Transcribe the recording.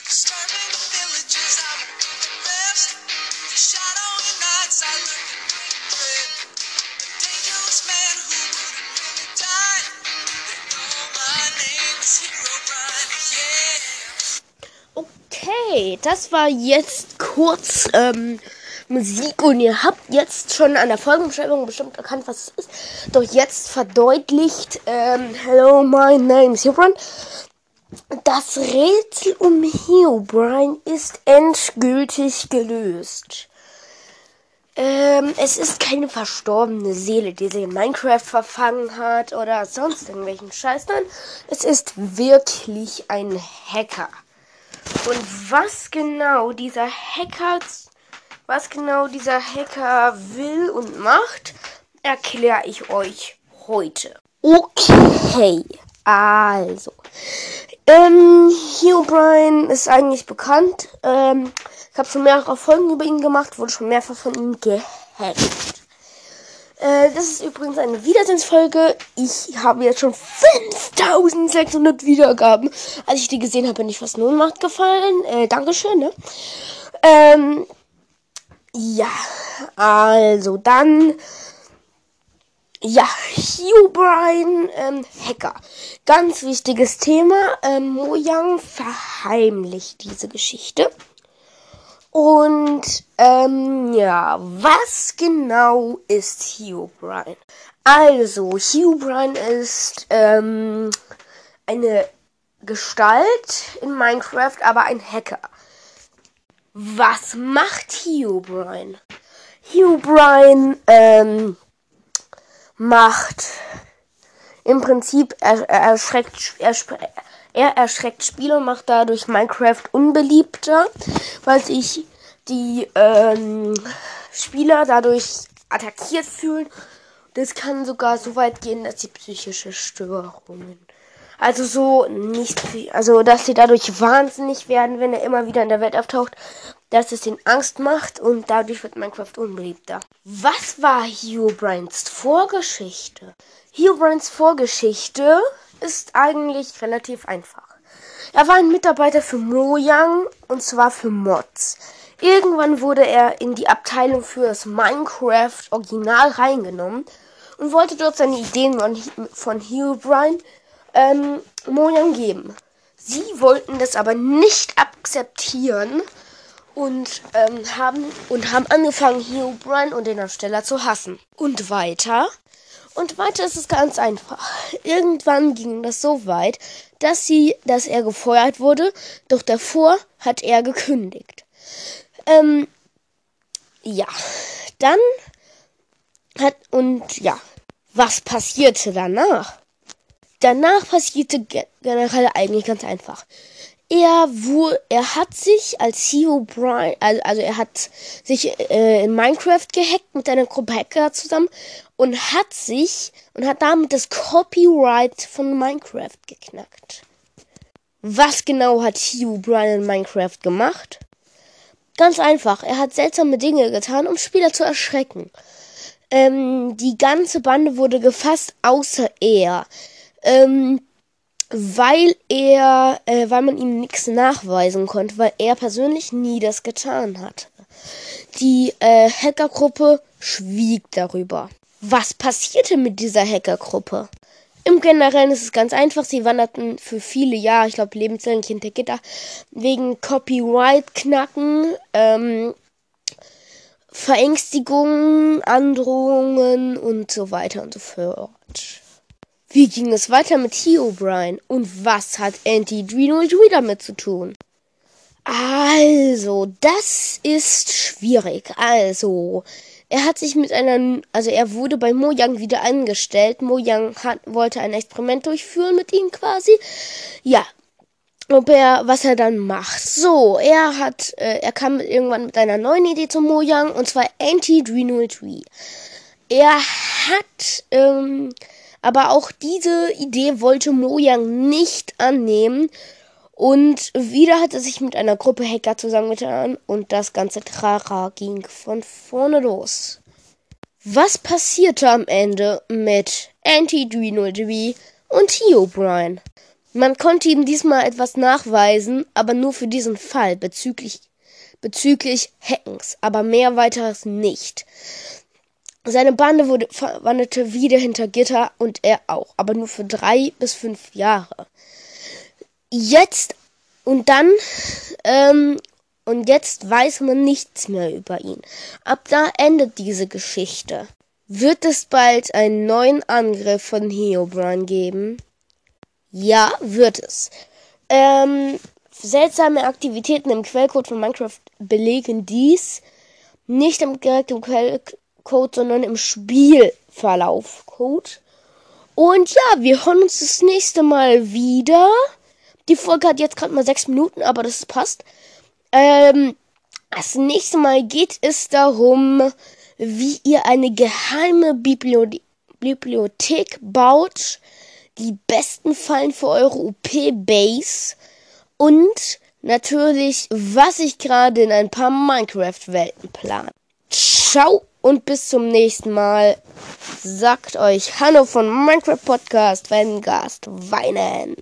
Disturbing villages, I will do the rest. The shadowy nights, I lurk in great dread. A dangerous man who wouldn't really die. They know my name is Herobrine, yeah. Okay, das war jetzt kurz Musik und ihr habt jetzt schon an der Folgenbeschreibung bestimmt erkannt, was es ist. Doch jetzt verdeutlicht, hello, my name is Herobrine. Das Rätsel um Herobrine ist endgültig gelöst. Es ist keine verstorbene Seele, die sich in Minecraft verfangen hat oder sonst irgendwelchen Scheiß. Nein, es ist wirklich ein Hacker. Und was genau dieser Hacker will und macht, erkläre ich euch heute. Okay, also. Herobrine ist eigentlich bekannt. Ich habe schon mehrere Folgen über ihn gemacht, wurde schon mehrfach von ihm gehackt. Das ist übrigens eine Wiedersehensfolge. Ich habe jetzt schon 5600 Wiedergaben. Als ich die gesehen habe, bin ich fast in Ohnmacht gefallen. Dankeschön, ne? Ja, also dann... Ja, Herobrine, Hacker. Ganz wichtiges Thema. Mojang verheimlicht diese Geschichte. Und, ja, was genau ist Herobrine? Also, Herobrine ist, eine Gestalt in Minecraft, aber ein Hacker. Was macht Herobrine? Herobrine, macht im Prinzip, er erschreckt Spieler und macht dadurch Minecraft unbeliebter, weil sich die Spieler dadurch attackiert fühlen. Das kann sogar so weit gehen, dass sie psychische Störungen, dass sie dadurch wahnsinnig werden, wenn er immer wieder in der Welt auftaucht, dass es ihnen Angst macht und dadurch wird Minecraft unbeliebter. Was war Herobrines Vorgeschichte? Herobrines Vorgeschichte ist eigentlich relativ einfach. Er war ein Mitarbeiter für Mojang und zwar für Mods. Irgendwann wurde er in die Abteilung für das Minecraft Original reingenommen und wollte dort seine Ideen von Herobrine Mojang geben. Sie wollten das aber nicht akzeptieren und haben angefangen, Herobrine und den Ersteller zu hassen. Und weiter ist es ganz einfach. Irgendwann ging das so weit, dass er gefeuert wurde, doch davor hat er gekündigt. Was passierte danach? Danach passierte generell eigentlich ganz einfach. Er hat sich als Herobrine, er hat sich in Minecraft gehackt mit einer Gruppe Hacker zusammen und hat damit das Copyright von Minecraft geknackt. Was genau hat Herobrine in Minecraft gemacht? Ganz einfach, er hat seltsame Dinge getan, um Spieler zu erschrecken. Die ganze Bande wurde gefasst, außer er. Weil man ihm nichts nachweisen konnte, weil er persönlich nie das getan hat. Die Hackergruppe schwieg darüber. Was passierte mit dieser Hackergruppe? Im Generellen ist es ganz einfach, sie wanderten für viele Jahre, ich glaube lebenslänglich hinter Gitter, wegen Copyright-Knacken, Verängstigungen, Androhungen und so weiter und so fort. Wie ging es weiter mit Herobrine? Und was hat Anti-303 damit zu tun? Also, das ist schwierig. Also, er wurde bei Mojang wieder angestellt. Mojang wollte ein Experiment durchführen mit ihm quasi. Ja. Was er dann macht. So, er kam irgendwann mit einer neuen Idee zu Mojang, und zwar Anti-303. Er hat, aber auch diese Idee wollte Mojang nicht annehmen. Und wieder hat er sich mit einer Gruppe Hacker zusammengetan und das ganze Trara ging von vorne los. Was passierte am Ende mit Anti-303 und Herobrine? Man konnte ihm diesmal etwas nachweisen, aber nur für diesen Fall bezüglich Hackens, aber mehr weiteres nicht. Seine Bande wanderte wieder hinter Gitter und er auch, aber nur für 3 bis 5 Jahre. Jetzt weiß man nichts mehr über ihn. Ab da endet diese Geschichte. Wird es bald einen neuen Angriff von Herobrine geben? Ja, wird es. Seltsame Aktivitäten im Quellcode von Minecraft belegen dies. Nicht direkt im Quellcode, sondern im Spielverlaufcode. Und ja, wir hören uns das nächste Mal wieder. Die Folge hat jetzt gerade mal 6 Minuten, aber das passt. Das nächste Mal geht es darum, wie ihr eine geheime Bibliothek baut, die besten Fallen für eure OP-Base und natürlich, was ich gerade in ein paar Minecraft-Welten plane. Ciao und bis zum nächsten Mal. Sagt euch Hanno von Minecraft Podcast, wenn Gast weinen.